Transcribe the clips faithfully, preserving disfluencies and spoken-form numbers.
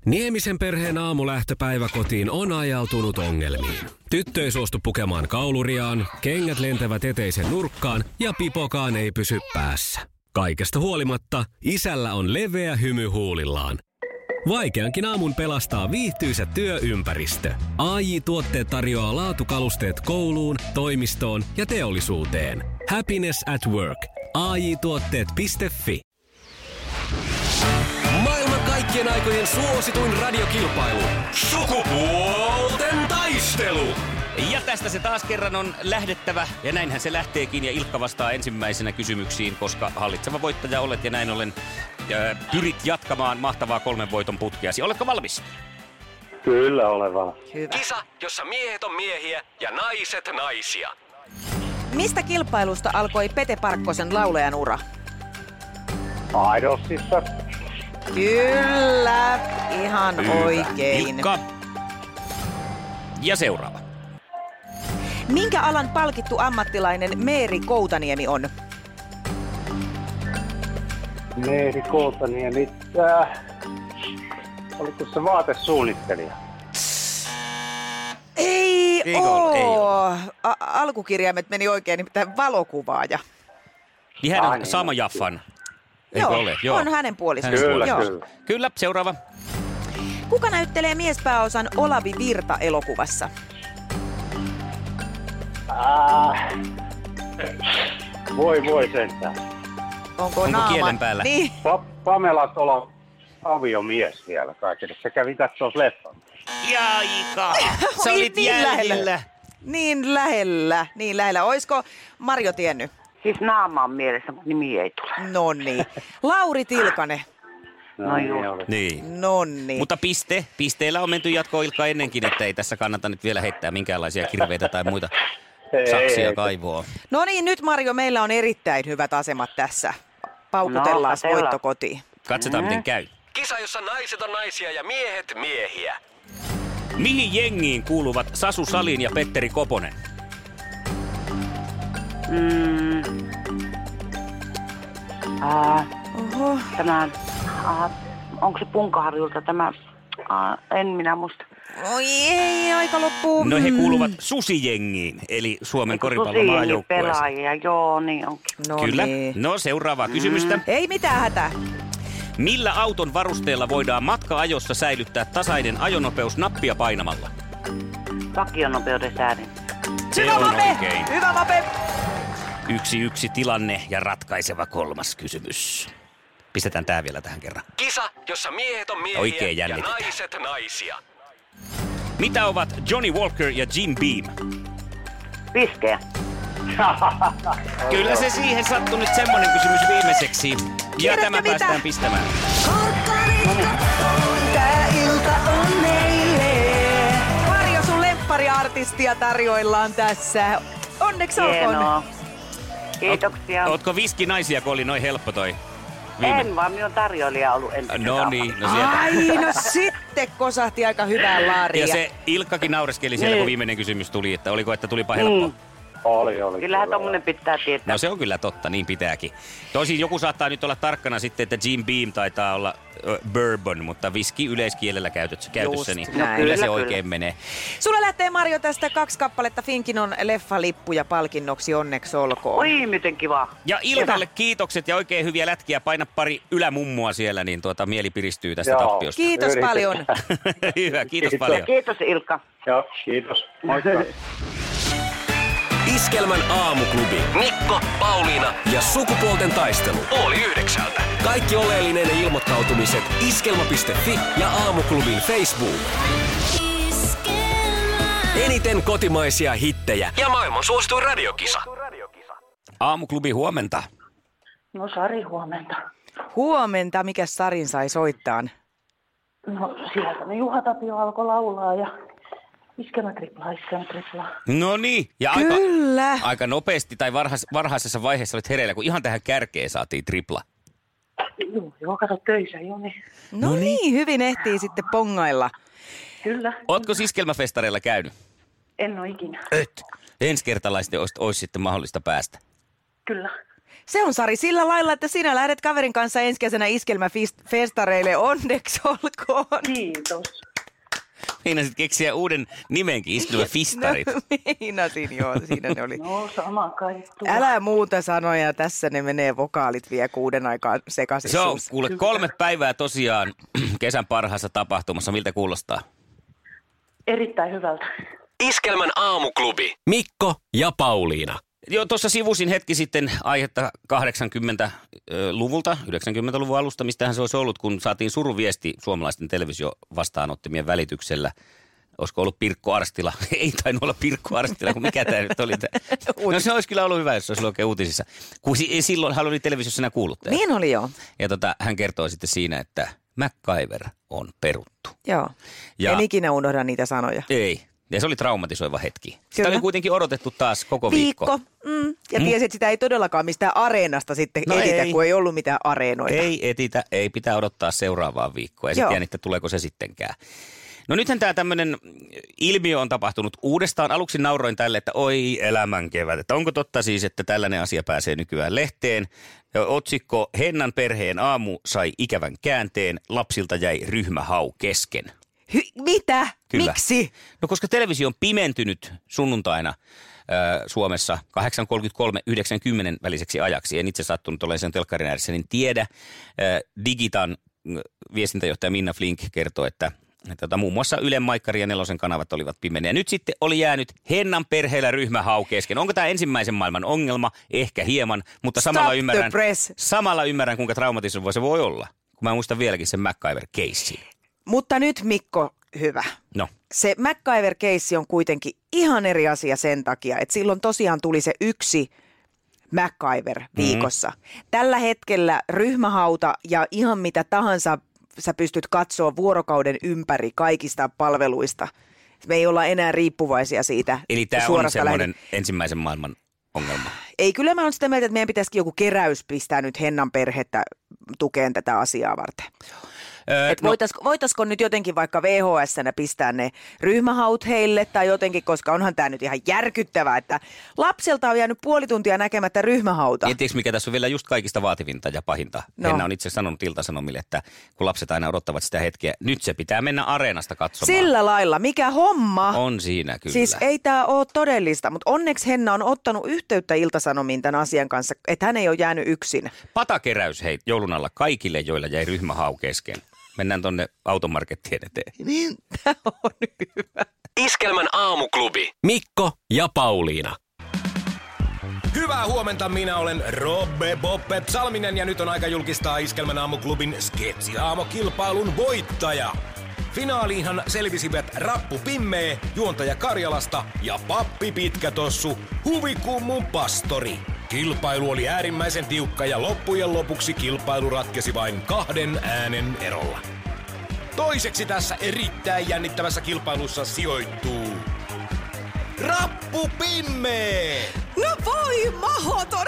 Niemisen perheen aamulähtöpäivä kotiin on ajautunut ongelmiin. Tyttö ei suostu pukemaan kauluriaan, kengät lentävät eteisen nurkkaan ja pipokaan ei pysy päässä. Kaikesta huolimatta, isällä on leveä hymy huulillaan. Vaikeankin aamun pelastaa viihtyisä työympäristö. A J-tuotteet tarjoaa laatukalusteet kouluun, toimistoon ja teollisuuteen. Happiness at work. A J tuotteet piste fi. Maailman kaikkien aikojen suosituin radiokilpailu. Sukupuolten taistelu. Ja tästä se taas kerran on lähdettävä, ja näinhän se lähteekin, ja Ilkka vastaa ensimmäisenä kysymyksiin, koska hallitseva voittaja olet, ja näin ollen äh, pyrit jatkamaan mahtavaa kolmen voiton putkeasi. Oletko valmis? Kyllä olen valmis. Hyvä. Kisa, jossa miehet on miehiä ja naiset naisia. Mistä kilpailusta alkoi Pete Parkkosen laulajan ura? Idolsissa. Kyllä, ihan Hyvä. oikein. Ilkka. Ja seuraava. Minkä alan palkittu ammattilainen Meeri Koutaniemi on? Meeri Koutaniemi. Äh, oliko se vaatesuunnittelija? Ei, Eikö ole? Ei oo. A- alkukirjaimet meni oikein, nimittäin valokuvaaja. Niin hän Ai on niin, Sama no, Jaffan. Eikö Joo, ole? Joo, on hänen puolisonsa. Hänen Kyllä, Joo. kyllä. Kyllä, seuraava. Kuka näyttelee miespääosan Olavi Virta-elokuvassa? Äh, voi voi sentään. Onko, Onko naama? kielen päällä? Niin. Pa- Pamela Tola aviomies vielä kaikille. Se kävi katsoa leffan. Jaika! Sä Oi, olit niin jäljellä. lähellä. Niin lähellä, niin lähellä. Oisko Marjo tiennyt? Siis naama on mielessä, mutta nimi ei tule. Nonni. Lauri Tilkanen. No niin just. oli. Niin. Nonni. Mutta piste. Pisteellä on menty jatkoon Ilkka ennenkin, että ei tässä kannata nyt vielä heittää minkäänlaisia kirveitä tai muita Ei, saksia ei. kaivoon. No niin, nyt Marjo, meillä on erittäin hyvät asemat tässä. Paukutellaan No, katsellaan. voitto kotiin. Katsotaan, miten käy. Kisa, jossa naiset on naisia ja miehet miehiä. Mihin jengiin kuuluvat Sasu Salin ja Petteri Koponen? Mm. Ää, Oho. tämä, ää, onko se Punkaharjulta tämä, ää, en minä muista. Oi ei, aika loppuu. No he Mm. kuuluvat Susijengiin, eli Suomen Eikö koripallomaajoukkueeseen. pelaajia, joo, niin onkin. No Kyllä. niin. No seuraavaa kysymystä. Ei mitään hätää. Millä auton varusteella voidaan matka-ajossa säilyttää tasainen ajonopeus nappia painamalla? Vakionopeuden säädin. Se Hyvä on Mape! oikein. Hyvä Mape! Yksi yksi tilanne ja ratkaiseva kolmas kysymys. Pistetään tää vielä tähän kerran. Kisa, jossa miehet on miehiä Oikein ja jännitetään. naiset naisia. Mitä ovat Johnny Walker ja Jim Beam? Viskejä. Kyllä se siihen sattui nyt semmonen kysymys viimeiseksi. Ja Tiedätkö tämä mitä? päästään pistämään. Tää ilta on meille. Marjo, sun lemppariartistia tarjoillaan tässä. Onneksi olkoon. Hienoa. Kiitoksia. Ootko viski naisia, kun oli noin helppo toi viime? En vaan, minun tarjoilija ollut entinen No raha. niin, no sieltä. Ai, no sitten kosahti aika hyvää laaria. Ja se Ilkkakin naureskeli siellä, kun Niin. viimeinen kysymys tuli, että oliko, että tulipa helppo. Mm. Oli, oli. Kyllähän kyllä. tommonen pitää tietää. No se on kyllä totta, niin pitääkin. Tosin joku saattaa nyt olla tarkkana sitten, että Jim Beam taitaa olla ö, bourbon, mutta viski yleiskielellä käytössä, käytössä niin näin. kyllä se Kyllä, oikein menee. Sulle lähtee, Marjo, tästä kaksi kappaletta Finkinon leffalippuja palkinnoksi, onneksi olkoon. Oi, miten kiva. Ja Ilkalle kiitokset ja oikein hyviä lätkiä. Paina pari ylämummua siellä, niin tuota, mieli piristyy tästä Joo. tappiosta. Kiitos Yritetään. paljon. Hyvä, kiitos Kiitos. paljon. Kiitos Ilkka. Joo, kiitos. Moikka. Iskelmän aamuklubi. Mikko, Pauliina ja sukupuolten taistelu. Oli yhdeksältä. Kaikki oleellinen ilmoittautumiset iskelma piste fi ja aamuklubin Facebook. Eniten kotimaisia hittejä ja maailman suosituin radiokisa. Aamuklubi, huomenta. No Sari, huomenta. Huomenta, mikä Sarin sai soittaa? No sieltä ne Juha Tapio alkoi laulaa ja iskelmä triplaa, iskelmä triplaa. No niin, ja aika, Kyllä. aika nopeasti tai varhais, varhaisessa vaiheessa olet hereillä, kun ihan tähän kärkeen saatiin tripla. Joo, joo, kato töissä jo, niin No niin, hyvin ehtii sitten pongailla. kyllä. Ootko iskelmäfestareilla käynyt? En ole ikinä. Et. Ensi kertalaisesti olisi, olisi sitten mahdollista päästä. Kyllä. Se on, Sari, sillä lailla, että sinä lähdet kaverin kanssa ensi kesänä iskelmäfestareille. Onneksi olkoon. Kiitos. Meinasit keksiä uuden nimenkin, iskelmäfistarit. No, meinasin joo, siinä ne oli. No sama kai. Tuo. Älä muuta sanoja, tässä ne menee vokaalit vielä kuuden aikaan sekaisin. Se on suussa. kuule kolme päivää tosiaan kesän parhaassa tapahtumassa. Miltä kuulostaa? Erittäin hyvältä. Iskelmän aamuklubi. Mikko ja Pauliina. Joo, tuossa sivusin hetki sitten aihetta kahdeksankymmentäluvulta, yhdeksänkymmentäluvun alusta, mistähän se olisi ollut, kun saatiin suruviesti suomalaisten televisiovastaanottimien välityksellä. Olisiko ollut Pirkko Arstila? Ei tainnut olla Pirkko Arstila, kun mikä tämä nyt oli. No se olisi kyllä ollut hyvä, jos se olisi oikein uutisissa. Kun silloin hän oli televisiossa nämä kuuluttajat. Niin oli joo. Ja tota, hän kertoi sitten siinä, että MacGyver on peruttu. Joo. Ja... En ikinä unohda niitä sanoja. Ei. Ja se oli traumatisoiva hetki. Sitä Kyllä. oli kuitenkin odotettu taas koko viikko. Viikko. Mm. Ja mm. tiesi, että sitä ei todellakaan mistään areenasta sitten no etitä, ei. kun ei ollut mitään areenoita. Ei etitä, ei pitää odottaa seuraavaa viikkoa. Ja sitten että tuleeko se sittenkään. No nythän tämä tämmöinen ilmiö on tapahtunut uudestaan. Aluksi nauroin tälle, että oi elämän kevät. Että onko totta siis, että tällainen asia pääsee nykyään lehteen? Otsikko: Hennan perheen aamu sai ikävän käänteen. Lapsilta jäi ryhmähau kesken. Hy- mitä? Kyllä. Miksi? No koska televisio on pimentynyt sunnuntaina äh, Suomessa kahdeksan kolmekymmentäkolme yhdeksänkymmentä väliseksi ajaksi. En itse sattunut olemaan sen telkkarin ääressä, niin tiedä. Äh, Digitan viestintäjohtaja Minna Flink kertoi, että Tota, muun muassa Ylen Maikkari ja Nelosen kanavat olivat pimeneet. Ja nyt sitten oli jäänyt Hennan perheellä ryhmähau kesken. Onko tämä ensimmäisen maailman ongelma? Ehkä hieman, mutta samalla ymmärrän, samalla ymmärrän, kuinka traumatisoiva se voi olla. Kun mä muistan vieläkin sen MacGyver-keissin. Mutta nyt Mikko, hyvä. No. Se MacGyver-keissi on kuitenkin ihan eri asia sen takia, että silloin tosiaan tuli se yksi MacGyver viikossa. Mm-hmm. Tällä hetkellä ryhmähauta ja ihan mitä tahansa sä pystyt katsoa vuorokauden ympäri kaikista palveluista. Me ei olla enää riippuvaisia siitä. Eli tämä on semmoinen lähde... ensimmäisen maailman ongelma. Ei, kyllä mä oon sitä mieltä, että meidän pitäisikin joku keräys pistää nyt Hennan perhettä tukeen tätä asiaa varten. Öö, no. voitaisko, voitaisko nyt jotenkin vaikka V H S:nä pistää ne ryhmähaut heille tai jotenkin, koska onhan tämä nyt ihan järkyttävää, että lapselta on jäänyt puoli tuntia näkemättä ryhmähauta. Ja tiedätkö, mikä tässä on vielä just kaikista vaativinta ja pahinta? No. Henna on itse sanonut Ilta-Sanomille, että kun lapset aina odottavat sitä hetkeä, nyt se pitää mennä areenasta katsomaan. Sillä lailla, mikä homma? On siinä kyllä. Siis ei tämä ole todellista, mutta onneksi Henna on ottanut yhteyttä Ilta-Sanomiin tämän asian kanssa, että hän ei ole jäänyt yksin. Patakeräys hei joulun alla kaikille, joilla jäi ryhmähau kesken. Mennään tonne automarkettien eteen. Niin, tää on hyvä. Iskelmän aamuklubi. Mikko ja Pauliina. Hyvää huomenta, minä olen Robbe Boppe Salminen ja nyt on aika julkistaa Iskelmän aamuklubin Sketsi-aamokilpailun voittaja. Finaaliinhan selvisivät Rappu Pimmee, juontaja Karjalasta ja Pappi Pitkätossu, huvikummun pastori. Kilpailu oli äärimmäisen tiukka ja loppujen lopuksi kilpailu ratkesi vain kahden äänen erolla. Toiseksi tässä erittäin jännittävässä kilpailussa sijoittuu Rappu Pimmee! No voi mahoton!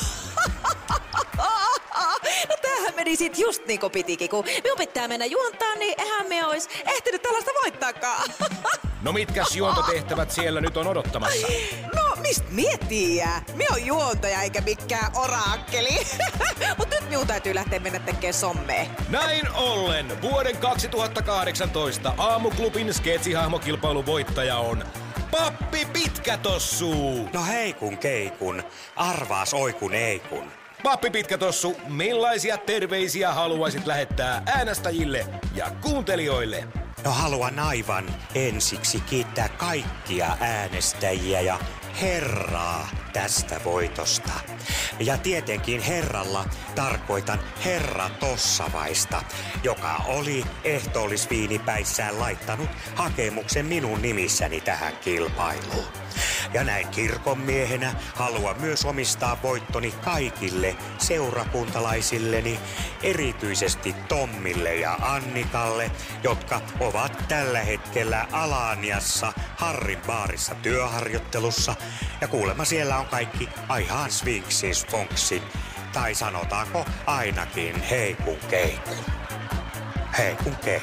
No tämähän meni sit just niin kuin pitikin, kun minun pitää mennä juontaan, niin eihän me ois ehtinyt tällaista voittaakaan. No mitkäs juontotehtävät siellä nyt on odottamassa? No mistä miettii? Me on juontaja eikä mikään oraakkeli. Mut nyt minun täytyy lähteä mennä tekemään sommea. Näin ollen vuoden kaksituhattakahdeksantoista aamuklubin sketsihahmokilpailun voittaja on Pappi Pitkätossu. No hei kun keikun, arvaas oi kun ei kun. Pappi Pitkätossu, millaisia terveisiä haluaisit lähettää äänestäjille ja kuuntelijoille? No haluan aivan ensiksi kiittää kaikkia äänestäjiä ja Herraa tästä voitosta. Ja tietenkin Herralla tarkoitan Herra Tossavaista, joka oli ehtoollisviinipäissään laittanut hakemuksen minun nimissäni tähän kilpailuun. Ja näin kirkonmiehenä haluan myös omistaa voittoni kaikille seurakuntalaisilleni, erityisesti Tommille ja Annikalle, jotka ovat tällä hetkellä Alaniassa Harrin baarissa työharjoittelussa. Ja kuulemma siellä on kaikki aihan svinksin sponksin, tai sanotaanko ainakin heikun keikun. Heikun keikun.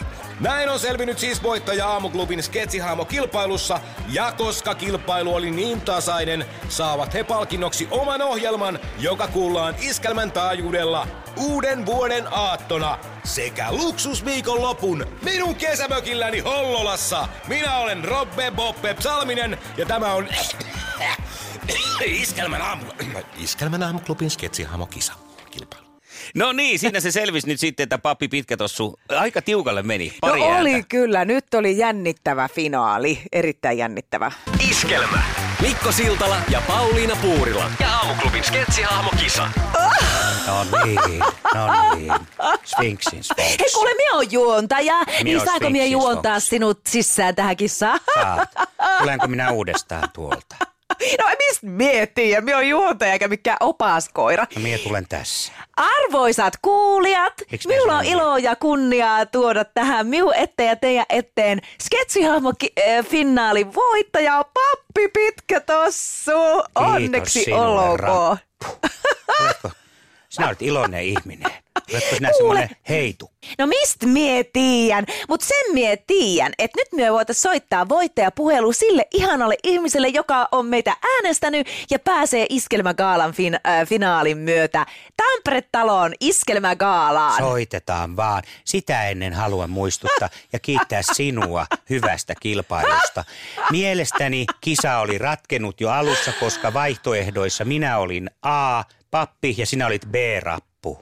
Näin on selvinnyt siis voittaja Aamuklubin sketsihahmokilpailussa, ja koska kilpailu oli niin tasainen, saavat he palkinnoksi oman ohjelman, joka kuullaan Iskelmän taajuudella uuden vuoden aattona sekä luksusviikon lopun minun kesämökilläni Hollolassa. Minä olen Robbe Boppe Salminen ja tämä on Iskelmän aamu... Iskelmän aamuklubin sketsihahmokisa kilpailu. No niin, siinä se selvisi nyt sitten, että Pappi Pitkätossu aika tiukalle meni. Pari no ääntä. oli kyllä, nyt oli jännittävä finaali, erittäin jännittävä. Iskelmä. Mikko Siltala ja Pauliina Puurila. Ja Aamuklubin sketsihahmokisa. No niin, no niin. Sphinxin Sphinx. Hei kuule, minä oon juontaja, niin oon saanko minä Sphinxin juontaa Sphinx. sinut sisään tähän kissaan? Saat. Tulenko minä uudestaan tuolta? No mistä miettii, ja minä oon juontaja eikä mikään opaskoira. No minä tulen tässä. Arvoisat kuulijat, Eiks me minulla on sanoa ilo ja kunniaa tuoda tähän minun eteen ja teidän eteen sketsihahmo-finaalin voittaja Pappi Pitkätossu. Onneksi sinulle, olkoon. Oletko, sinä olet iloinen ihminen. Oletko sinä semmoinen heitu? No mistä mie tiedän, mut sen mie tiedän, että nyt me voitais soittaa voittajapuhelu sille ihanalle ihmiselle, joka on meitä äänestänyt ja pääsee Iskelmägaalan fin- äh, finaalin myötä Tampere-taloon Iskelmägaalaan. Soitetaan vaan. Sitä ennen haluan muistuttaa ja kiittää sinua hyvästä kilpailusta. Mielestäni kisa oli ratkennut jo alussa, koska vaihtoehdoissa minä olin A, Pappi ja sinä olit B-rappu.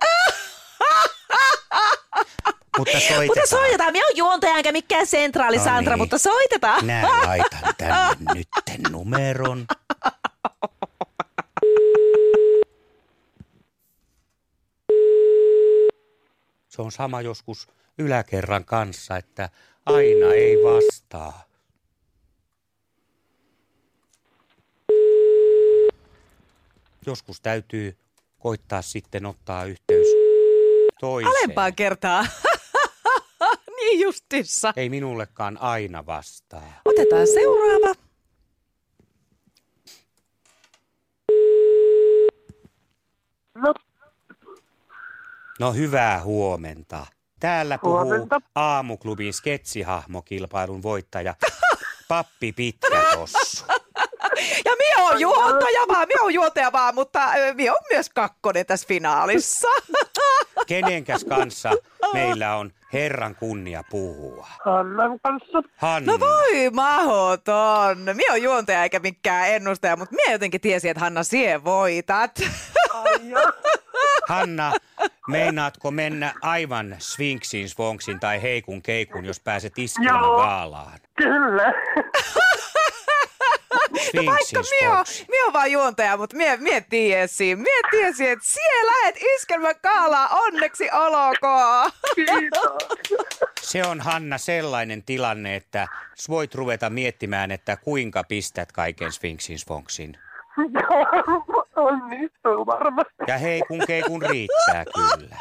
Mutta soitetaan. Mutta soitetaan, minä oon juontaja enkä mikään sentraali No Sandra, niin. mutta soitetaan. Minä laitan tänne nytten numeron. Se on sama joskus yläkerran kanssa, että aina ei vastaa. Joskus täytyy koittaa sitten ottaa yhteys toiseen. Alempaa kertaa. Niin justissa. Ei minullekaan aina vastaa. Otetaan seuraava. No, No hyvää huomenta. Täällä puhuu Huomenta. Aamuklubin sketsihahmokilpailun voittaja Pappi Pitkätossu. Ja minä oon juontaja vaan, minä oon juontaja vaan, mutta ö, minä oon myös kakkonen tässä finaalissa. Kenenkäs kanssa meillä on herran kunnia puhua? Hannan kanssa. Hanna. No voi mahoton. Minä oon juontaja eikä mikään ennustaja, mutta minä jotenkin tiesin, että Hanna, sie voitat. Ai joo. Hanna, meinaatko mennä aivan Sphinxin Sphonksin tai Heikun Keikun, jos pääset Iskelmägaalaan? Kyllä. No vaikka minä oon, minä oon vaan juontaja, mutta minä, minä tiesin. Minä tiesin, että sie lähet Iskelmägaalaan. Onneksi olkoon. Kiitos. Se on, Hanna, sellainen tilanne, että voit ruveta miettimään, että kuinka pistät kaiken Sphinxin Sphonksin. Onnistuu varmasti. Ja Heikun Keikun riittää kyllä.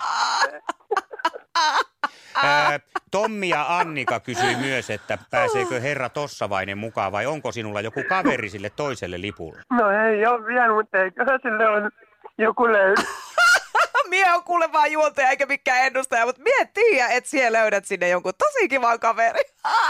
Ää, Tommi ja Annika kysyi myös, että pääseekö herra Tossavainen mukaan vai onko sinulla joku kaveri sille toiselle lipulle? No ei ole vielä, mutta eiköhän sille on joku löydy. Minä oon kuule vaan juontaja eikä mikään ennustaja, mutta minä tiedän, että siellä löydät sinne jonkun tosi kivan kaveri.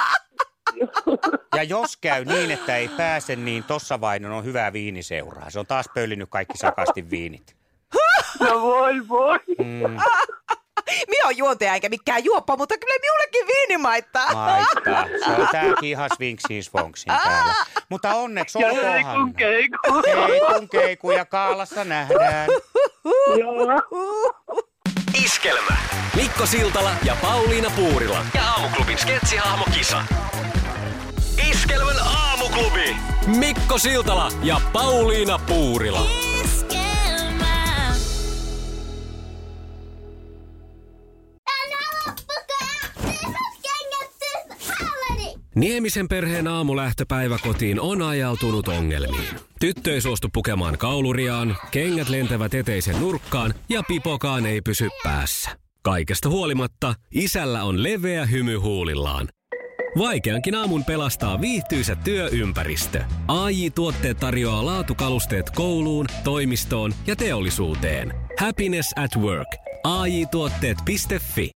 Ja jos käy niin, että ei pääse, niin Tossavainen on hyvää viiniseuraa. Se on taas pöllinyt kaikki sakasti viinit. No voi voi. Mm, Minä oon juontaja eikä mikään juoppa, mutta kyllä minullekin viini maittaa. maittaa. Se on tääkin ihan Sphinxin Sphonksin täällä. Mutta onneksi Ja olkoon, Heikun Hanna. Keiku. Heikun Keiku ja Kaalassa nähdään. Joo. Iskelmä. Mikko Siltala ja Pauliina Puurila. Ja Aamuklubin sketsihahmokisa. Iskelmän aamuklubi. Mikko Siltala ja Pauliina Puurila. Niemisen perheen aamulähtöpäivä kotiin on ajautunut ongelmiin. Tyttö ei suostu pukemaan kauluriaan, kengät lentävät eteisen nurkkaan ja pipokaan ei pysy päässä. Kaikesta huolimatta isällä on leveä hymy huulillaan. Vaikeankin aamun pelastaa viihtyisä työympäristö. A J-tuotteet tarjoaa laatukalusteet kouluun, toimistoon ja teollisuuteen. Happiness at work. A J tuotteet piste fi